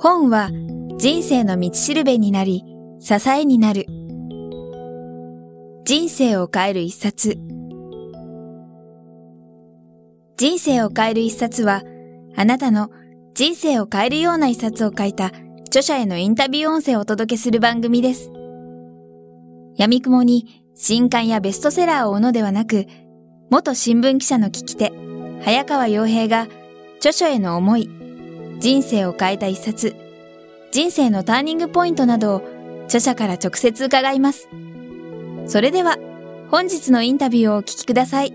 本は人生の道しるべになり、支えになる。人生を変える一冊。人生を変える一冊は、あなたの人生を変えるような一冊を書いた著者へのインタビュー音声をお届けする番組です。闇雲に新刊やベストセラーを追うのではなく、元新聞記者の聞き手、早川洋平が著書への思い、人生を変えた一冊、人生のターニングポイントなどを著者から直接伺います。それでは本日のインタビューをお聞きください。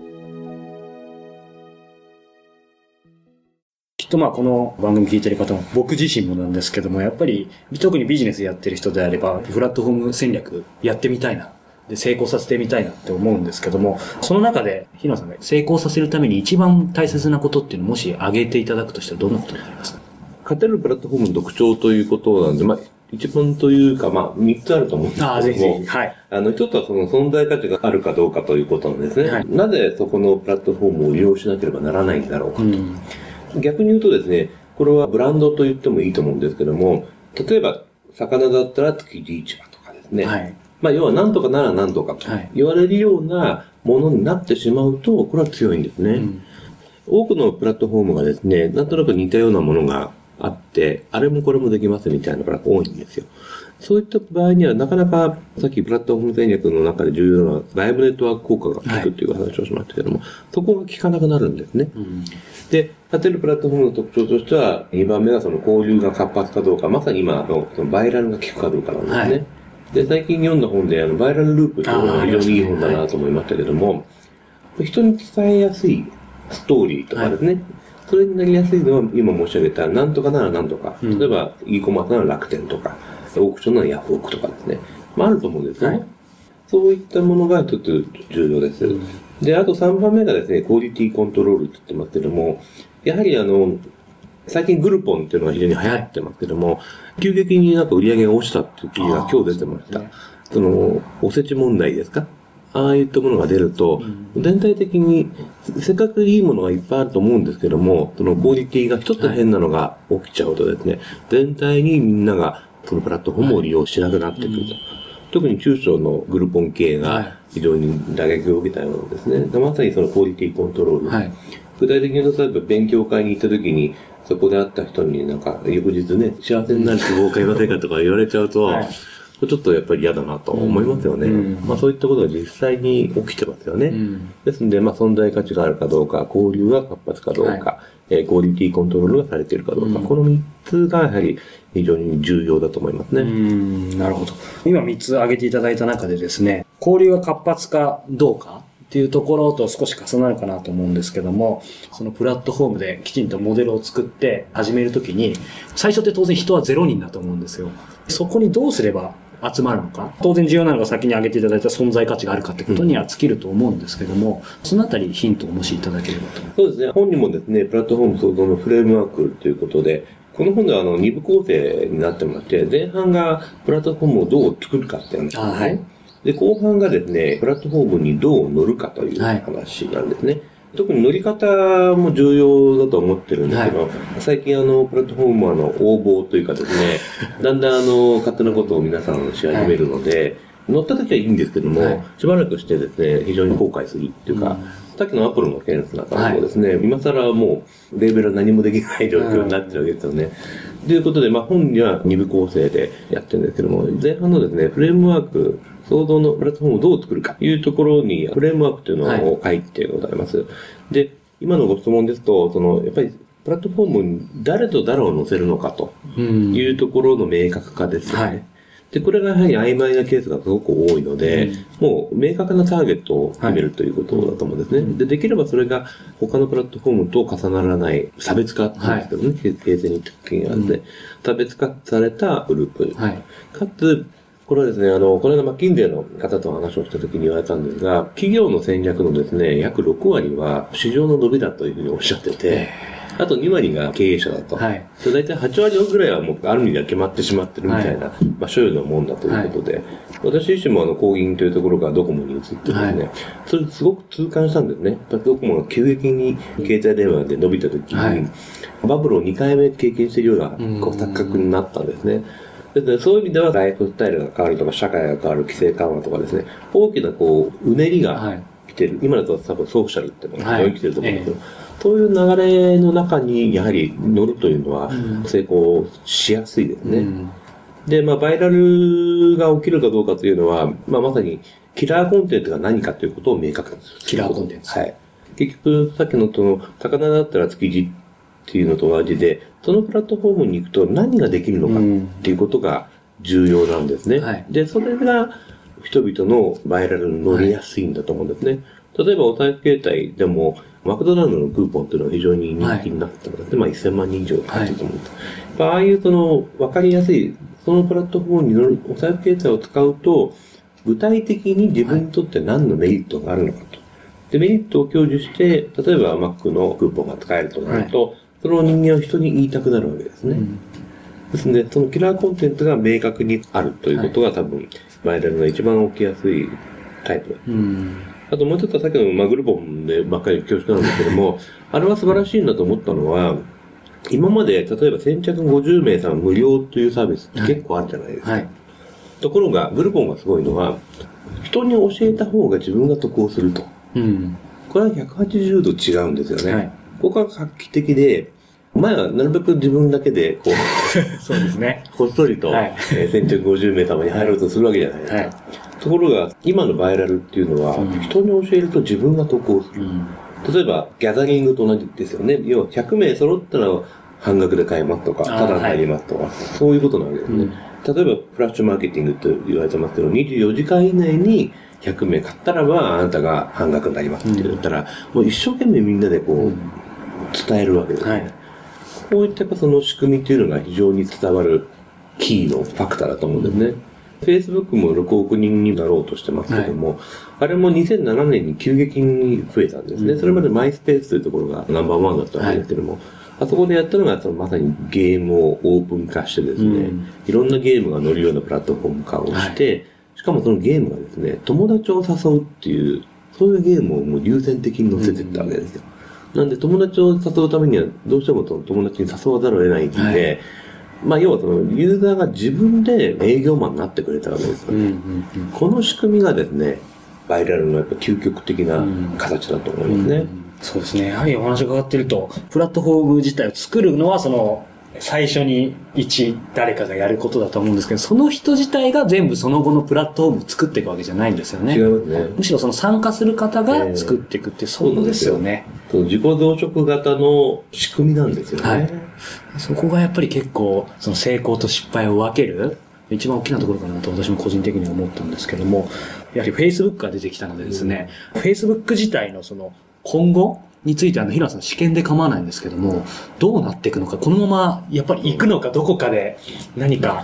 きっとこの番組聞いてる方も僕自身もなんですけども、やっぱり特にビジネスやってる人であればプラットフォーム戦略やってみたいな、で成功させてみたいなって思うんですけども、その中で日野さんが成功させるために一番大切なことっていうのをもし挙げていただくとしたらどんなことになりますか？ 勝てるプラットフォームの特徴ということなんで、一番というか、3つあると思うんですけども。 ぜひぜひ。はい。 一つはその存在価値があるかどうかということなんですね。 はい、 なぜそこのプラットフォームを利用しなければならないんだろうかと。逆に言うとですね、これはブランドと言ってもいいと思うんですけども、例えば、魚だったら築地市場とかですね。はい。要は何とかなら何とかと言われるようなものになってしまうと、これは強いんですね。多くのプラットフォームがですね、なんとなく似たようなものがあって、あれもこれもできますみたいなのが多いんですよ。そういった場合にはなかなか、さっきプラットフォーム戦略の中で重要な外部ネットワーク効果が効くという話をしましたけども、そこが効かなくなるんですね。で、勝てるプラットフォームの特徴としては、2番目がその交流が活発かどうか、まさに今のそのバイラルが効くかどうかなんですね。で、最近読んだ本でバイラルループというのが非常にいい本だなと思いましたけども、人に伝えやすいストーリーとかですね、それになりやすいのは今申し上げたなんとかならなんとか、例えば e コマースなら楽天とか、オークションならヤフオクとかですね、あると思うんですよね。そういったものが一つ重要です。で、あと3番目がですね、クオリティコントロールって言ってますけども、やはり最近グルポンっていうのが非常に流行ってますけども、急激に売り上げが落ちたっていう記事が今日出てました。おせち問題ですか？ああいったものが出ると、全体的に、せっかくいいものがいっぱいあると思うんですけども、そのクオリティが一つ変なのが起きちゃうとですね、全体にみんながそのプラットフォームを利用しなくなってくると。特に中小のグルポン系が非常に打撃を受けたようなんですね。まさにそのクオリティコントロール。具体的に言うと、例えば勉強会に行った時に、そこで会った人に翌日ね、幸せになる希望を買いませんかとか言われちゃうと、ちょっとやっぱり嫌だなと思いますよね。そういったことが実際に起きてますよね。ですので、存在価値があるかどうか、交流が活発かどうか、クオリティコントロールがされているかどうか、この3つがやはり非常に重要だと思いますね。 なるほど。今3つ挙げていただいた中でですね、交流が活発かどうかっていうところと少し重なるかなと思うんですけども、そのプラットフォームできちんとモデルを作って始めるときに、最初って当然人は0人だと思うんですよ。そこにどうすれば集まるのか、当然重要なのが先に挙げていただいた存在価値があるかってことには尽きると思うんですけども、そのあたりヒントをもしいただければと。 そうですね。本にもですね、プラットフォーム創造のフレームワークということで、この本では2部構成になってまして、前半がプラットフォームをどう作るかっていう話ですね。で、後半がですね、プラットフォームにどう乗るかという話なんですね。特に乗り方も重要だと思ってるんですけど、最近プラットフォームは応募というかですね、だんだん勝手なことを皆さんし始めるので、乗った時はいいんですけども、しばらくしてですね、非常に後悔するっていうか、さっきのアップルのケースなんかもですね、今更もうレーベルは何もできない状況になってるわけですよね。ということで、本には2部構成でやってるんですけども、前半のですね、フレームワーク、創造のプラットフォームをどう作るかというところに、フレームワークというのを書いてございます。で、今のご質問ですと、やっぱりプラットフォームに誰と誰を載せるのかというところの明確化ですよね。で、これがやはり曖昧なケースがすごく多いので、もう明確なターゲットを決めるということだと思うんですね。で、できればそれが他のプラットフォームと重ならない差別化っていうんですけどね、形成に時にあって、差別化されたグループ。かつ、これはですね、この間マッキンゼーの方と話をした時に言われたんですが、企業の戦略のですね、約6割は市場の伸びだというふうにおっしゃってて、 あと2割が経営者だと。 はい。 だいたい8割ぐらいはもうある意味では決まってしまってるみたいな、まあ、所有のもんだということで、私自身も工銀というところがドコモに移ってですね、それすごく痛感したんですね。ドコモが急激に携帯電話で伸びた時に、バブルを2回目経験しているような錯覚になったんですね。でそういう意味ではライフスタイルが変わるとか社会が変わる規制緩和とかですね、大きなうねりが来てる、今だと多分ソーシャルっていうのが非常に来てると思うんですけど、そういう流れの中にやはり乗るというのは成功しやすいですね。で、まあ、バイラルが起きるかどうかというのは、まあ、まさにキラーコンテンツが何かということを明確にする。 キラーコンテンツ。 はい。結局、さっきの魚だったら築地っていうのと同じで、そのプラットフォームに行くと何ができるのかっていうことが重要なんですね。で、それが人々のバイラルに乗りやすいんだと思うんですね。例えばお財布携帯でも、マクドナルドのクーポンっていうのは非常に人気になったので、まあ1000万人以上買ってると思うんです。ああいうわかりやすい、そのプラットフォームに乗るお財布携帯を使うと、具体的に自分にとって何のメリットがあるのかと。で、メリットを享受して、例えば Mac のクーポンが使えるとなると、その人間は人に言いたくなるわけですね。ですので、そのキラーコンテンツが明確にあるということが多分、バイラルの一番起きやすいタイプ。あともう一つはさっきのマグルボンでばっかり恐縮なんですけども、あれは素晴らしいなと思ったのは、今まで例えば先着50名さん無料というサービスって結構あるじゃないですか。ところが、グルボンがすごいのは、人に教えた方が自分が得をすると。これは180度違うんですよね。ここが画期的で、前はなるべく自分だけで、 そうですね。 こっそりと、先着50名様に入ろうとするわけじゃないですか。ところが、今のバイラルっていうのは、人に教えると自分が得をする。例えば、ギャザリングと同じですよね。要は100名揃ったら半額で買えますとか、タダになりますとか、そういうことなわけですね。例えば、フラッシュマーケティングと言われてますけど、24時間以内に100名買ったらば、あなたが半額になりますって言ったら、もう一生懸命みんなで伝えるわけですね。こういったその仕組みっていうのが非常に伝わるキーのファクターだと思うんですね。Facebook も6億人になろうとしてますけども、あれも2007年に急激に増えたんですね。それまでマイスペースというところがナンバーワンだったんですけども、あそこでやったのがまさにゲームをオープン化してですね、いろんなゲームが乗るようなプラットフォーム化をして、しかもそのゲームがですね、友達を誘うっていう、そういうゲームをもう優先的に載せていったわけですよ。なんで友達を誘うためにはどうしてもその友達に誘わざるを得ないんで、まあ要はそのユーザーが自分で営業マンになってくれたわけですよね。この仕組みがですね、バイラルのやっぱ究極的な形だと思いますね。 そうですね。やはりお話が伺ってると、プラットフォーム自体を作るのは最初に誰かがやることだと思うんですけど、その人自体が全部その後のプラットフォームを作っていくわけじゃないんですよね。 違いますね。 むしろその参加する方が作っていくっていう、そうですよね。 自己増殖型の仕組みなんですよね。 そこがやっぱり結構、その成功と失敗を分ける、一番大きなところかなと私も個人的には思ったんですけども、やはり Facebook が出てきたのでですね、Facebook 自体の今後について平野さん試験で構わないんですけども、どうなっていくのか、このままやっぱり行くのかどこかで何か。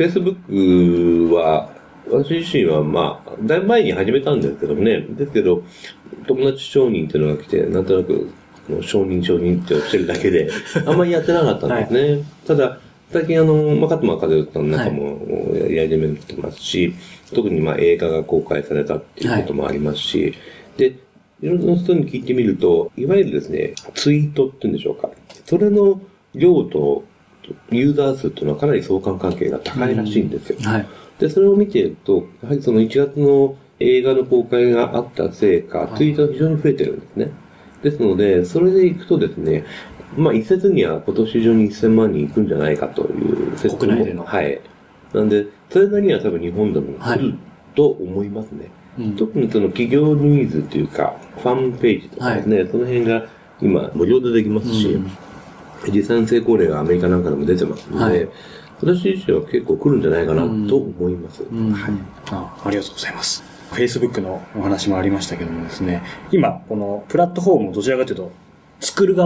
Facebook は、私自身はまあ、だいぶ前に始めたんですけどね、ですけど、友達承認っていうのが来て、なんとなく、承認ってしてるだけで、あんまりやってなかったんですね。ただ、最近勝間和代さんなんかもやり始めてますし、特に映画が公開されたっていうこともありますし、で、いろんな人に聞いてみると、いわゆるですね、ツイートって言うんでしょうか。それの量とユーザー数っていうのはかなり相関関係が高いらしいんですよ。で、それを見ていると、やはりその1月の映画の公開があったせいか、ツイートが非常に増えてるんですね。ですので、それでいくとですね、一説には今年中に1000万人行くんじゃないかという説も。 国内での。 なんで、それなりには多分日本でも来ると思いますね。特にその企業ニーズというか、ファンページとかですね、その辺が今無料でできますし、実際の成功例がアメリカなんかでも出てますので、私自身は結構来るんじゃないかなと思います。 ありがとうございます。Facebook のお話もありましたけどもですね、今このプラットフォームをどちらかというと作る側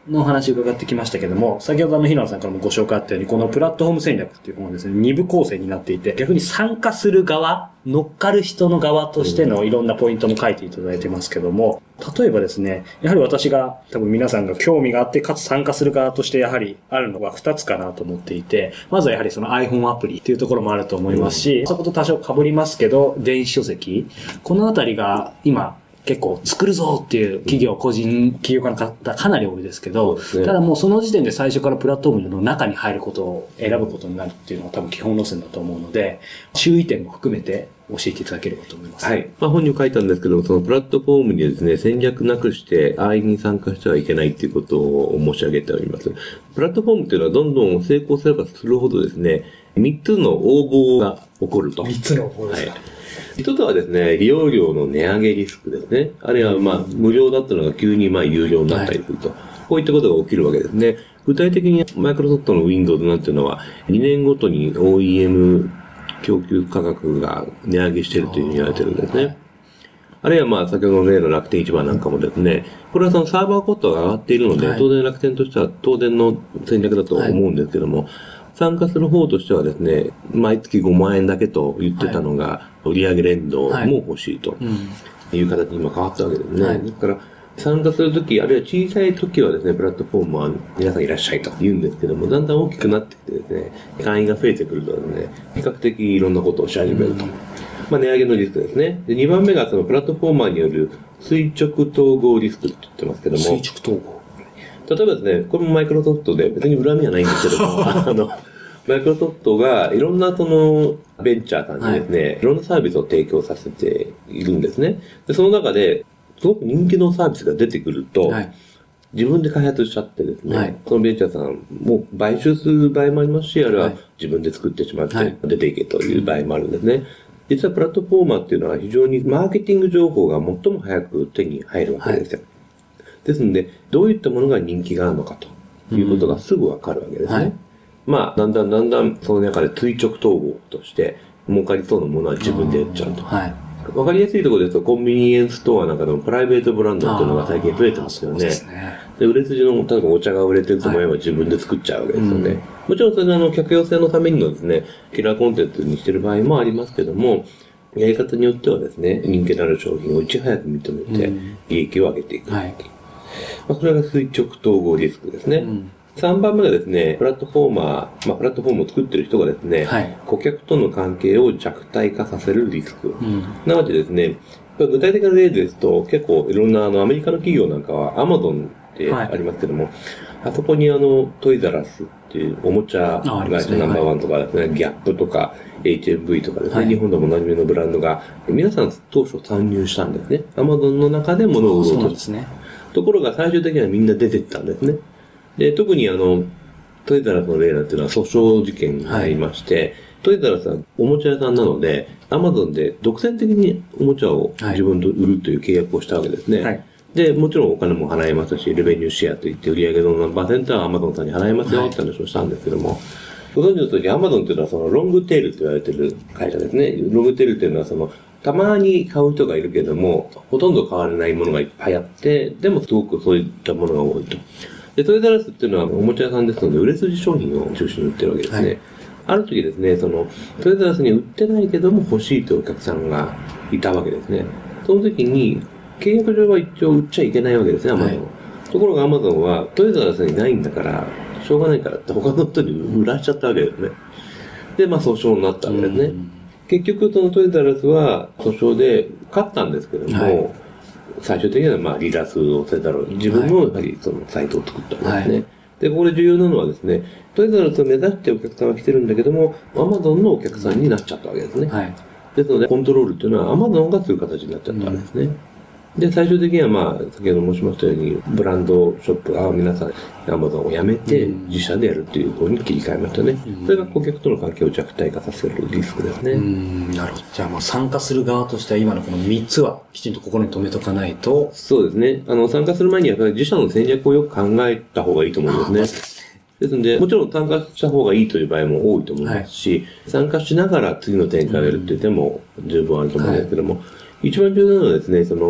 の話伺ってきましたけども、先ほど平野さんからもご紹介あったように、このプラットフォーム戦略っていうのはですね、2部構成になっていて、逆に参加する側、乗っかる人の側としてのいろんなポイントも書いていただいてますけども、例えばですね、やはり私が多分皆さんが興味があって、かつ参加する側としてやはりあるのが2つかなと思っていて、まずはやはりその iPhone アプリっていうところもあると思いますし、そこと多少被りますけど、電子書籍、このあたりが今、結構作るぞっていう企業家の方かなり多いですけど、ただもうその時点で最初からプラットフォームの中に入ることを選ぶことになるっていうのが多分基本路線だと思うので、注意点も含めて教えていただければと思います。 はい。本に書いたんですけども、そのプラットフォームにですね、戦略なくして安易に参加してはいけないっていうことを申し上げております。プラットフォームっていうのはどんどん成功すればするほどですね、3つの応募が起こると。 3つの応募ですか。 はい。一つはですね、利用料の値上げリスクですね。あるいは無料だったのが急に有料になったりすると。こういったことが起きるわけですね。具体的にマイクロソフトの Windows なんていうのは、2年ごとに OEM 供給価格が値上げしているというふうに言われてるんですね。あるいは先ほどの例の楽天市場なんかもですね、これはそのサーバーコストが上がっているので、当然楽天としては当然の戦略だと思うんですけども、参加する方としてはですね、毎月5万円だけと言ってたのが、売上連動も欲しいという形に今変わったわけですね。だから参加するとき、あるいは小さいときはですね、プラットフォームは皆さんいらっしゃいと言うんですけども、だんだん大きくなってきてですね、会員が増えてくるとですね、比較的いろんなことをし始めると。値上げのリスクですね。で、2番目がそのプラットフォーマーによる垂直統合リスクって言ってますけども、 垂直統合。 例えばですね、これもマイクロソフトで別に恨みはないんですけども、マイクロソフトがいろんなそのベンチャーさんにですね、いろんなサービスを提供させているんですね。で、その中で、すごく人気のサービスが出てくると、自分で開発しちゃってですね、そのベンチャーさんも買収する場合もありますし、あるいは自分で作ってしまって出ていけという場合もあるんですね。実はプラットフォーマーっていうのは非常にマーケティング情報が最も早く手に入るわけですよ。ですので、どういったものが人気があるのかということがすぐわかるわけですね。だんだんその中で垂直統合として儲かりそうなものは自分でやっちゃうと。わかりやすいところですと、コンビニエンスストアなんかでもプライベートブランドっていうのが最近増えてますよね。で、売れ筋の、例えばお茶が売れてると思えば自分で作っちゃうわけですよね。もちろんそれは客寄せのためにのですね、キラーコンテンツにしてる場合もありますけども、やり方によってはですね、人気のある商品をいち早く認めて、利益を上げていく。それが垂直統合リスクですね。3番目がですね、プラットフォームを作ってる人がですね、顧客との関係を弱体化させるリスク。なのでですね、具体的な例ですと、結構いろんなアメリカの企業なんかは Amazon ってありますけども、あそこにトイザラスっていうおもちゃ会社ナンバーワンとかですね、ギャップとか HMV とかですね、日本でもおなじみのブランドが、皆さん当初参入したんですね。Amazon の中で物を売ろうとして。ところが最終的にはみんな出てったんですね。で、特にトイザラスの例なんていうのは訴訟事件がありまして、トイザラスはおもちゃ屋さんなので、アマゾンで独占的におもちゃを自分で売るという契約をしたわけですね。で、もちろんお金も払えますし、レベニューシェアといって売上の何%はアマゾンさんに払えますよって話をしたんですけども、ご存知の通りアマゾンっていうのはそのロングテールと言われている会社ですね。ロングテールっていうのはたまに買う人がいるけども、ほとんど買われないものがいっぱいあって、でもすごくそういったものが多いと。で、トイザラスっていうのはおもちゃ屋さんですので、売れ筋商品を中心に売ってるわけですね。ある時ですね、トイザラスに売ってないけども欲しいというお客さんがいたわけですね。その時に、契約上は一応売っちゃいけないわけですね、アマゾン。ところがアマゾンはトイザラスにないんだから、しょうがないからって他の人に売らしちゃったわけですね。で、訴訟になったわけですね。結局、トイザラスは訴訟で勝ったんですけども、最終的には離脱をせざるを自分のやはりサイトを作ったわけですね。で、ここで重要なのはですね、トイザラスを目指してお客さんが来てるんだけども、アマゾンのお客さんになっちゃったわけですね。ですので、コントロールっていうのはアマゾンがそういう形になっちゃったわけですね。で、最終的には先ほど申しましたように、ブランドショップが皆さん、アマゾンをやめて、自社でやるっていう方に切り替えましたね。それが顧客との関係を弱体化させるリスクですね。 なるほど。じゃあ参加する側としては今のこの3つはきちんと心に留めとかないと。 そうですね。参加する前にやっぱり自社の戦略をよく考えた方がいいと思うんですね。ですので、もちろん参加した方がいいという場合も多いと思いますし、参加しながら次の展開をやるっていう手も十分あると思うんですけども、一番重要なのはですね、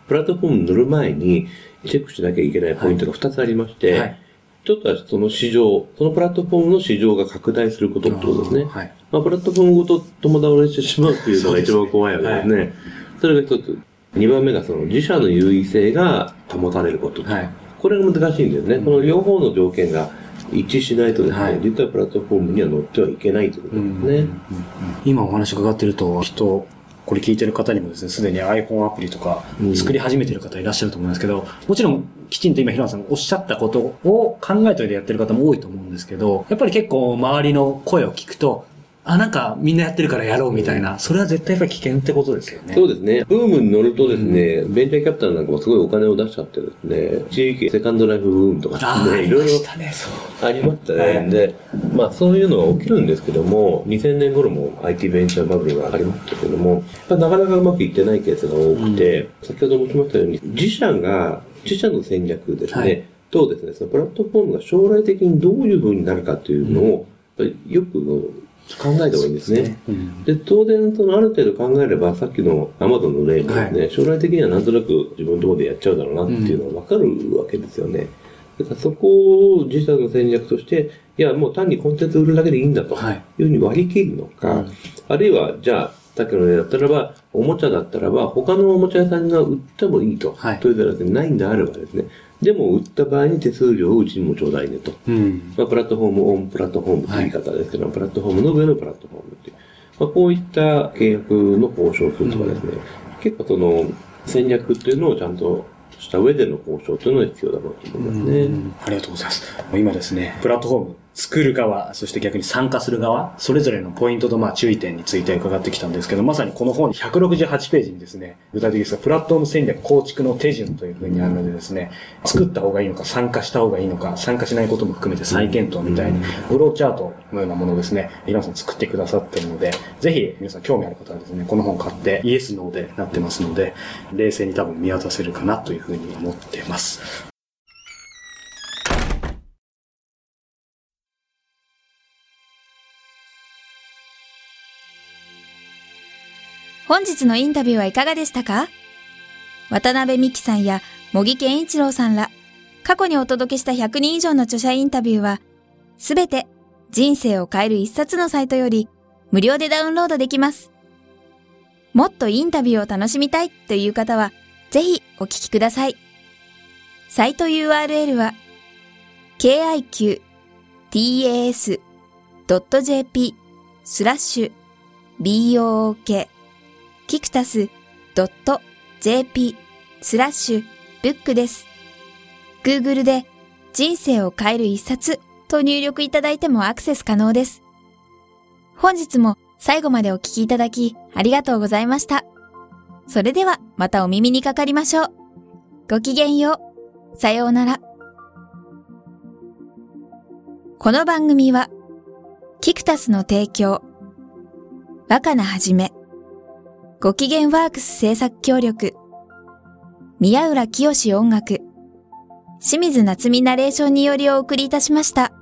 プラットフォームに乗る前にチェックしなきゃいけないポイントが2つありまして、はい、一つはその市場、そのプラットフォームの市場が拡大することってことですね。はい、まあ、プラットフォームごと友倒れしてしまうっていうのが一番怖いわけですね。はい、それが一つ。2番目がその自社の優位性が保たれること。はい、これが難しいんですね。この両方の条件が一致しないとですね、はい、実はプラットフォームには乗ってはいけないということですね。 今お話伺ってると、これ聞いてる方にもですね、すでに iPhone アプリとか作り始めてる方いらっしゃると思いますけど、もちろんきちんと今平野さんがおっしゃったことを考えといてやってる方も多いと思うんですけど、やっぱり結構周りの声を聞くと、なんかみんなやってるからやろうみたいな、それは絶対やっぱり危険ってことですよね。 そうですね。ブームに乗るとですね、ベンチャーキャピタルなんかもすごいお金を出しちゃってですね、地域セカンドライフブームとかね、いろいろありましたね。で、まあそういうのが起きるんですけども、2000年頃も IT ベンチャーバブルがありましたけども、なかなかうまくいってないケースが多くて、先ほど申しましたように、自社の戦略ですね、とですね、そのプラットフォームが将来的にどういう風になるかというのを、よく考えた方がいいんですね。で、当然、ある程度考えれば、さっきの Amazon の例もですね、将来的にはなんとなく自分のところでやっちゃうだろうなっていうのがわかるわけですよね。だからそこを自社の戦略として、いや、もう単にコンテンツ売るだけでいいんだというふうに割り切るのか、あるいは、じゃあ、さっきの例だったらば、おもちゃだったらば、他のおもちゃ屋さんが売ってもいいと、というのがないんであればですね、でも売った場合に手数料をうちにもちょうだいねと。まあ、プラットフォームオンプラットフォームという言い方ですけど、プラットフォームの上のプラットフォームっていう。まあ、こういった契約の交渉するとかですね、結構その戦略っていうのをちゃんとした上での交渉というのが必要だろうと思いますね。 ありがとうございます。今ですね、プラットフォーム作る側、そして逆に参加する側、それぞれのポイントと注意点について伺ってきたんですけど、まさにこの本168ページにですね、具体的ですが、プラットフォーム戦略構築の手順というふうにあるのでですね、作った方がいいのか、参加した方がいいのか、参加しないことも含めて再検討みたいに、フローチャートのようなものをですね、皆さん作ってくださっているので、ぜひ皆さん興味ある方はですね、この本買ってイエス、ノーでなってますので、冷静に多分見渡せるかなというふうに思っています。 本日のインタビューはいかがでしたか？渡辺美樹さんや茂木健一郎さんら、過去にお届けした100人以上の著者インタビューは、すべて人生を変える一冊のサイトより無料でダウンロードできます。もっとインタビューを楽しみたいという方は、ぜひお聞きください。サイト URL は kiqtas.jp/book kictas.jp/book です。Google で人生を変える一冊と入力いただいてもアクセス可能です。本日も最後までお聞きいただきありがとうございました。それではまたお耳にかかりましょう。ごきげんよう。さようなら。この番組はキクタスの提供、若菜はじめ、ごきげんワークス制作協力、宮浦清志音楽、清水夏美ナレーションによりお送りいたしました。